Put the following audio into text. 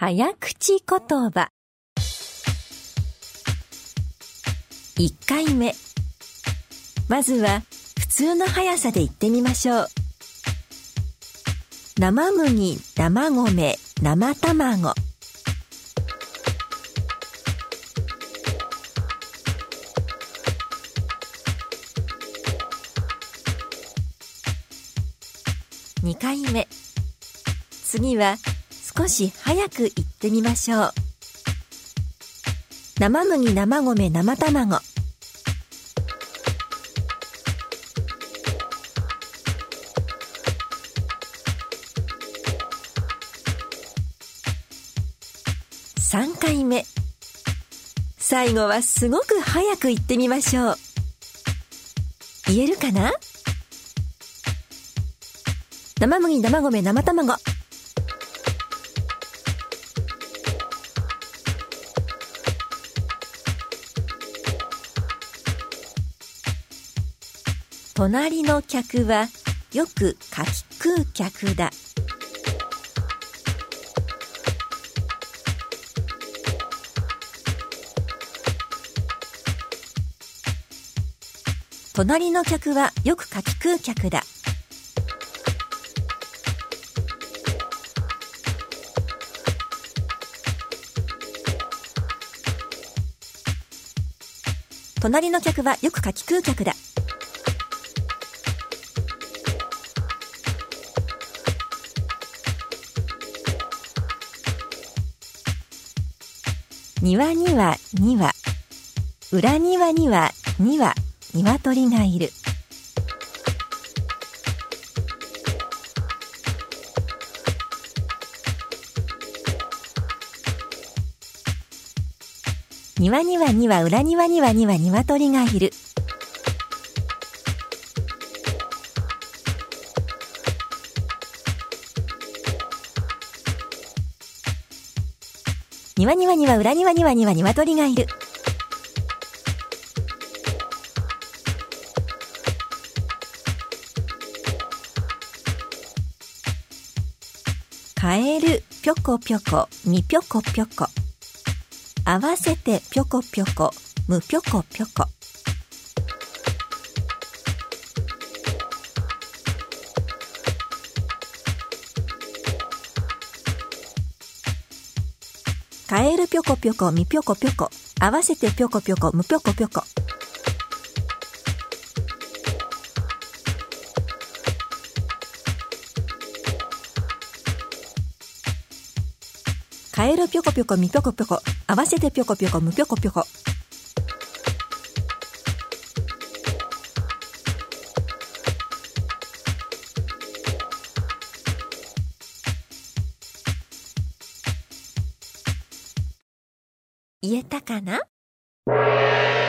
早口言葉。1回目。まずは普通の速さで言ってみましょう。生麦、生米、生卵。2回目。次は少し早く言ってみましょう。生麦、生米、生卵。3回目。最後はすごく早く言ってみましょう。言えるかな？生麦、生米、生卵。隣の客はよくかき食う客だ。隣の客はよくかき食う客だ。隣の客はよくかき食う客だ。庭には2羽、裏庭には2羽、鶏がいる。庭には2羽、裏庭には2羽、鶏がいる。庭には2羽、裏庭には2羽、鶏がいる。カエルぴょこぴょこ、みぴょこぴょこ。合わせてぴょこぴょこ、むぴょこぴょこ。カエルぴょこぴょこ、みぴょこぴょこ。合わせてぴょこぴょこ、むぴょこぴょこ。カエルぴょこぴょこ、みぴょこぴょこ。合わせてぴょこぴょこ、むぴょこぴょこ。言えたかな？